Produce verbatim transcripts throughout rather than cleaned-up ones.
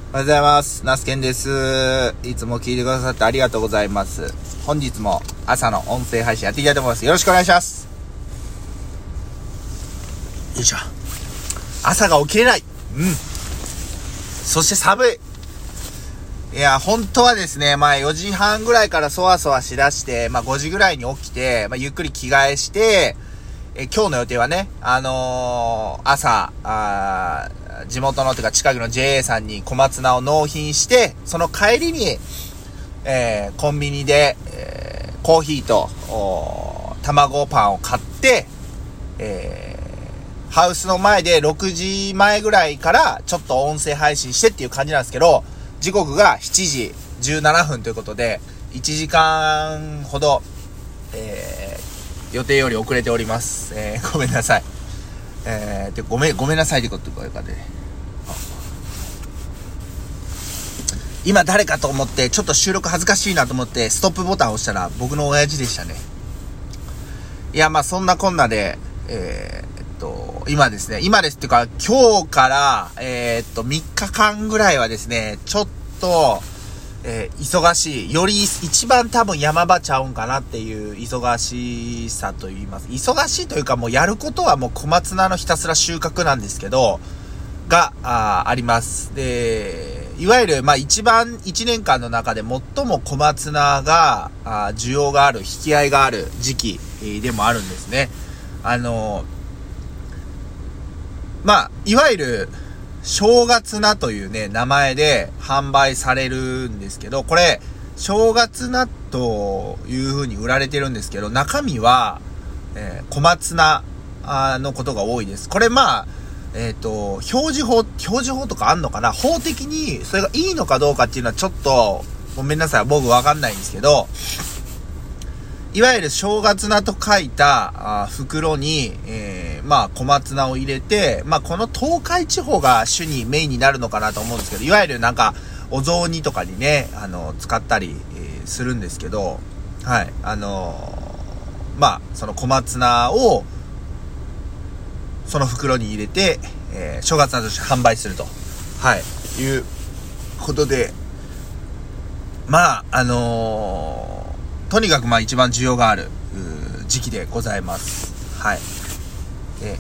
おはようございます。ナスケンです。いつも聞いてくださってありがとうございます。本日も朝の音声配信やっていきたいと思います。よろしくお願いします。よいしょ。朝が起きれない。うん。そして寒い。いや、本当はですね、まあよじはんぐらいからそわそわしだして、まあごじぐらいに起きて、まあゆっくり着替えして、え今日の予定はね、あのー、朝、あ地元のてか近くの ジェーエー さんに小松菜を納品して、その帰りに、えー、コンビニで、えー、コーヒーと卵パンを買って、えー、ハウスの前でろくじまえぐらいからちょっと音声配信してっていう感じなんですけど、時刻がしちじじゅうななふんということで、いちじかんほど、えー、予定より遅れております。えー、ごめんなさい。えー、でごめん、ごめんなさいってことかね。今誰かと思って、ちょっと収録恥ずかしいなと思って、ストップボタンを押したら、僕の親父でしたね。いや、まあそんなこんなで、えー、っと、今ですね、今ですっていうか、今日から、えー、っと、みっかかんぐらいはですね、ちょっと、えー、忙しい。より一番多分山場ちゃうんかなっていう忙しさと言います。忙しいというかもうやることはもう小松菜のひたすら収穫なんですけど、が、あ, あります。で、いわゆるまあ一番一年間の中で最も小松菜が、あ需要がある、引き合いがある時期、えー、でもあるんですね。あのー、まあ、いわゆる、正月菜というね、名前で販売されるんですけど、これ、正月菜という風に売られてるんですけど、中身は、えー、小松菜のことが多いです。これまあ、えっと、表示法、表示法とかあんのかな？法的にそれがいいのかどうかっていうのはちょっと、ごめんなさい、僕わかんないんですけど、いわゆる正月菜と書いたあ袋に、えー、まあ小松菜を入れて、まあこの東海地方が主にメインになるのかなと思うんですけど、いわゆるなんかお雑煮とかにね、あの使ったり、えー、するんですけど、はい、あのー、まあその小松菜をその袋に入れて、えー、正月菜として販売すると、はい、いうことで、まああのー。とにかくまあ一番需要がある時期でございます。はい。で、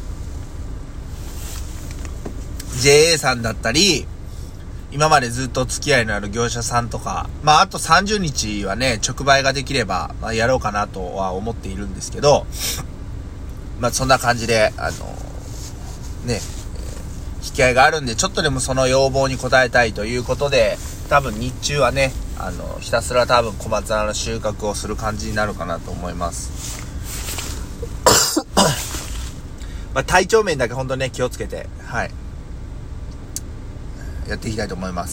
ジェーエー さんだったり、今までずっと付き合いのある業者さんとか、まああとさんじゅうにちはね、直売ができれば、まあ、やろうかなとは思っているんですけど、まあそんな感じで、あの、ね、引き合いがあるんで、ちょっとでもその要望に応えたいということで、多分日中はね、あのひたすら多分小松菜の収穫をする感じになるかなと思いますまあ体調面だけ本当にね気をつけて、はいやっていきたいと思います。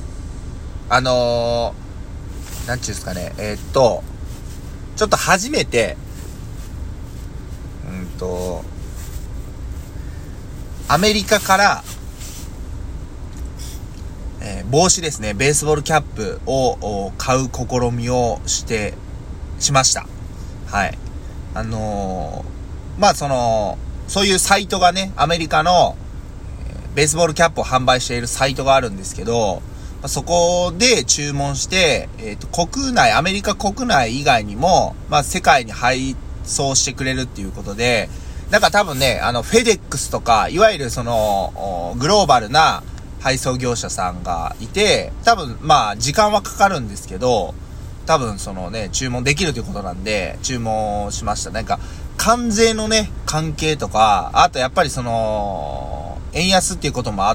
あのー、なんちゅうんですかね、えー、っとちょっと初めてうんとアメリカからえー、帽子ですね、ベースボールキャップを買う試みをしてしました。はい。あのー、まあそのそういうサイトがね、アメリカの、えー、ベースボールキャップを販売しているサイトがあるんですけど、まあ、そこで注文して、えっと国内アメリカ国内以外にもまあ世界に配送してくれるっていうことで、なんか多分ね、あのフェデックスとかいわゆるそのグローバルな配送業者さんがいて、多分まあ時間はかかるんですけど、多分そのね注文できるということなんで注文しました。なんか関税のね関係とか、あとやっぱりその円安っていうこともあって、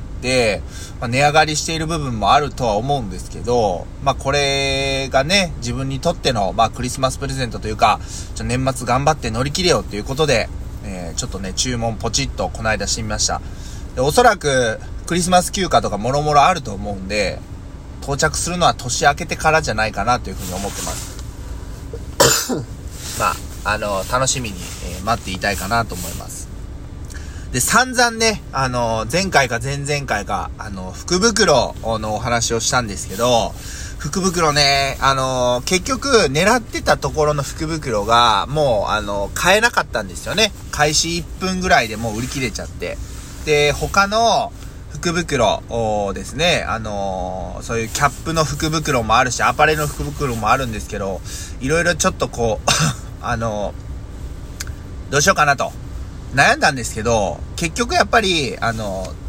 まあ、値上がりしている部分もあるとは思うんですけど、まあこれがね自分にとってのまあクリスマスプレゼントというか、ちょ年末頑張って乗り切れよということで、えー、ちょっとね注文ポチッとこの間してみました。でおそらくクリスマス休暇とかもろもろあると思うんで、到着するのは年明けてからじゃないかなというふうに思ってますまああの楽しみに、えー、待っていたいかなと思います。で散々ね、あの前回か前々回かあの福袋のお話をしたんですけど、福袋ね、あの結局狙ってたところの福袋がもうあの買えなかったんですよね。開始いっぷんぐらいでもう売り切れちゃって、で他の福袋をですね、あのー、そういうキャップの福袋もあるし、アパレルの福袋もあるんですけど、いろいろちょっとこう、あのー、どうしようかなと悩んだんですけど、結局やっぱり、あのー、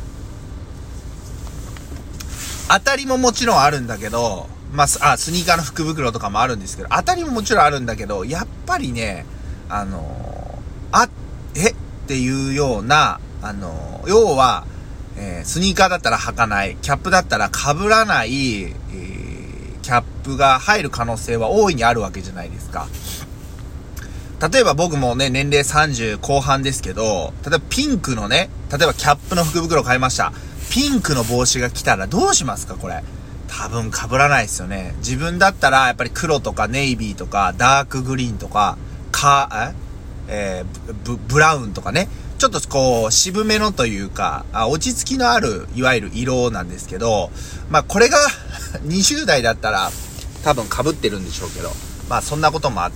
当たりももちろんあるんだけど、まあ、あ、スニーカーの福袋とかもあるんですけど、当たりももちろんあるんだけど、やっぱりね、あのー、あ、えっていうような、あのー、要は、えー、スニーカーだったら履かない、キャップだったら被らない、えー、キャップが入る可能性は大いにあるわけじゃないですか。例えば僕もね、年齢さんじゅうこう半ですけど、例えばピンクのね、例えばキャップの福袋買いました。ピンクの帽子が来たらどうしますかこれ。多分被らないですよね。自分だったらやっぱり黒とかネイビーとかダークグリーンとか、か、えー、ブ、ブラウンとかね。ちょっとこう渋めのというか、あ、落ち着きのあるいわゆる色なんですけど、まあこれがにじゅう代だったら多分被ってるんでしょうけど、まあそんなこともあって、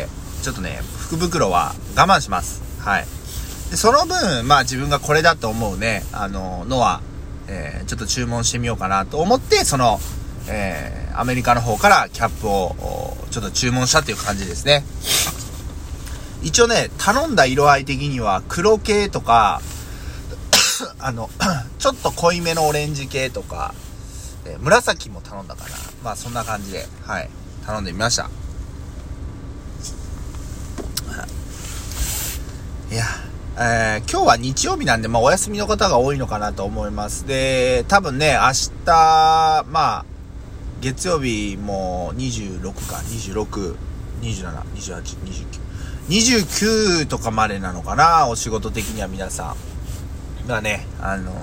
ちょっとね、福袋は我慢します。はい。でその分、まあ自分がこれだと思うね、あの、のは、えー、ちょっと注文してみようかなと思って、その、えー、アメリカの方からキャップをちょっと注文したっていう感じですね。一応ね、頼んだ色合い的には黒系とかあのちょっと濃いめのオレンジ系とか、えー、紫も頼んだかな。まあそんな感じで、はい、頼んでみました。いや、えー、今日は日曜日なんで、まあお休みの方が多いのかなと思います。で、多分ね、明日、まあ月曜日もにじゅうろくか、にじゅうろく、にじゅうなな、にじゅうはち、にじゅうきゅう、にじゅうきゅうとかまでなのかな、お仕事的には皆さん。がね、あの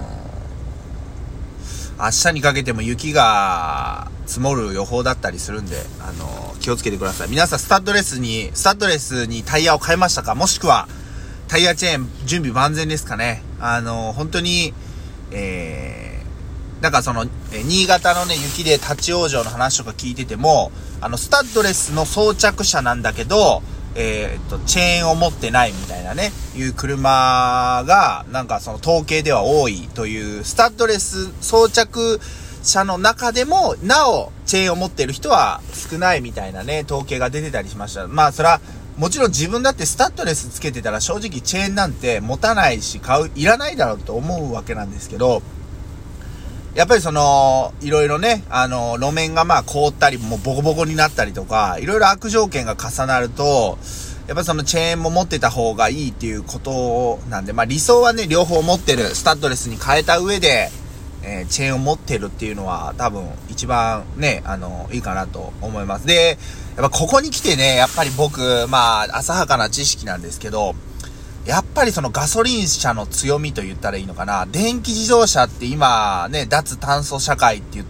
ー、明日にかけても雪が積もる予報だったりするんで、あのー、気をつけてください。皆さんスタッドレスに、スタッドレスにタイヤを変えましたか？もしくは、タイヤチェーン準備万全ですかね。あのー、本当に、えー、だからその、えー、新潟のね、雪で立ち往生の話とか聞いてても、あの、スタッドレスの装着車なんだけど、えー、っと、チェーンを持ってないみたいなね、いう車が、なんかその統計では多いという、スタッドレス装着車の中でも、なお、チェーンを持ってる人は少ないみたいなね、統計が出てたりしました。まあ、それは、もちろん自分だってスタッドレスつけてたら正直チェーンなんて持たないし、買う、いらないだろうと思うわけなんですけど、やっぱりその、いろいろね、あの、路面がまあ凍ったり、もうボコボコになったりとか、いろいろ悪条件が重なると、やっぱりそのチェーンも持ってた方がいいっていうことなんで、まあ理想はね、両方持ってる、スタッドレスに変えた上で、えー、チェーンを持ってるっていうのは多分一番ね、あの、いいかなと思います。で、やっぱここに来てね、やっぱり僕、まあ、浅はかな知識なんですけど、やっぱりそのガソリン車の強みと言ったらいいのかな。電気自動車って今ね、脱炭素社会って言って、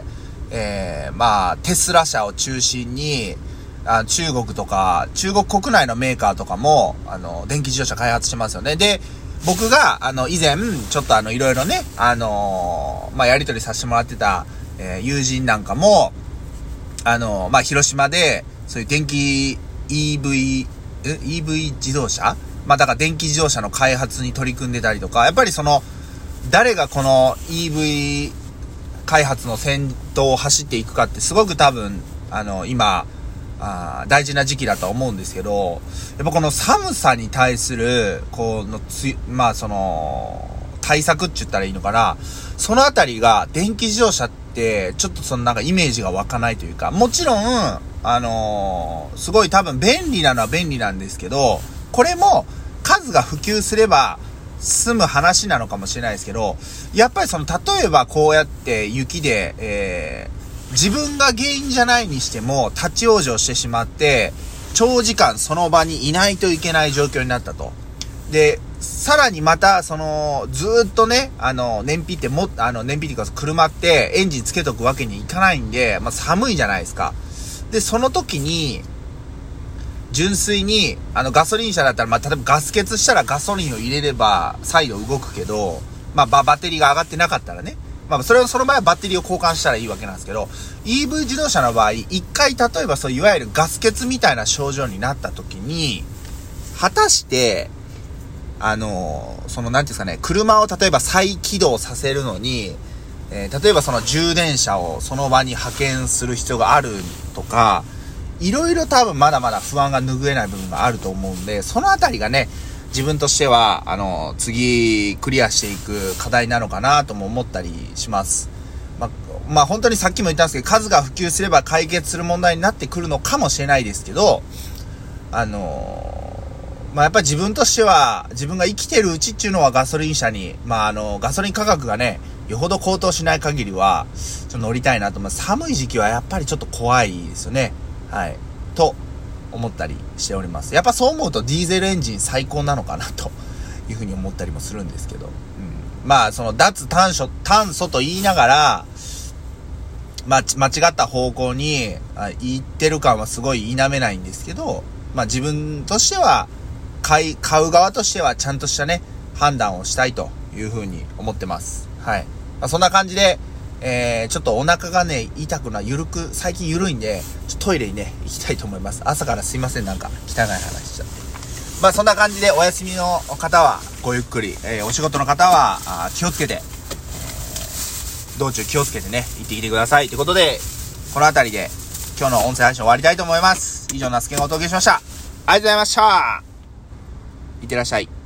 えー、まあ、テスラ車を中心に、あ中国とか、中国国内のメーカーとかも、あの、電気自動車開発してますよね。で、僕が、あの、以前、ちょっとあの、いろいろね、あのー、まあ、やりとりさせてもらってた、えー、友人なんかも、あのー、まあ、広島で、そういう電気 イーブイ、イーブイ 自動車まあ、だから電気自動車の開発に取り組んでたりとか、やっぱりその、誰がこの イーブイ 開発の先頭を走っていくかってすごく多分、あの、今、あ大事な時期だと思うんですけど、やっぱこの寒さに対する、このつ、まあその、対策って言ったらいいのかな、そのあたりが電気自動車って、ちょっとそのなんかイメージが湧かないというか、もちろん、あのー、すごい多分便利なのは便利なんですけど、これも数が普及すれば済む話なのかもしれないですけど、やっぱりその例えばこうやって雪で、えー、自分が原因じゃないにしても立ち往生してしまって長時間その場にいないといけない状況になったと。で、さらにまたそのずーっとね、あの燃費ってもあの燃費っていうか車ってエンジンつけとくわけにいかないんで、まあ寒いじゃないですか。で、その時に純粋に、あの、ガソリン車だったら、まあ、例えばガス欠したらガソリンを入れれば、再度動くけど、まあ、バッテリーが上がってなかったらね。まあ、それは、その場合はバッテリーを交換したらいいわけなんですけど、イーブイ 自動車の場合、一回、例えばそう、いわゆるガス欠みたいな症状になった時に、果たして、 あの、その、なんていうんですかね、車を例えば再起動させるのに、えー、例えばその充電車をその場に派遣する必要があるとか、いろいろ多分まだまだ不安が拭えない部分があると思うんで、そのあたりがね、自分としては、あの、次クリアしていく課題なのかなとも思ったりします。ま、まあ本当にさっきも言ったんですけど、数が普及すれば解決する問題になってくるのかもしれないですけど、あのまあやっぱり自分としては、自分が生きてるうちっていうのはガソリン車に、まああの、ガソリン価格がね、よほど高騰しない限りは、ちょっと乗りたいなと思います。寒い時期はやっぱりちょっと怖いですよね。はい。と、思ったりしております。やっぱそう思うとディーゼルエンジン最高なのかなというふうに思ったりもするんですけど。うん、まあその脱炭素、炭素と言いながら、まあ間違った方向に行ってる感はすごい否めないんですけど、まあ自分としては、買い、買う側としてはちゃんとしたね、判断をしたいというふうに思ってます。はい。まあ、そんな感じで、えー、ちょっとお腹がね、痛くな、ゆるく、最近ゆるいんで、ちょっとトイレにね、行きたいと思います。朝からすいません、なんか、汚い話しちゃって。まあそんな感じで、お休みの方は、ごゆっくり、えー、お仕事の方は、あ気をつけて、えー、道中気をつけてね、行ってきてください。ということで、この辺りで、今日の音声配信終わりたいと思います。以上、那須健がお届けしました。ありがとうございました。いってらっしゃい。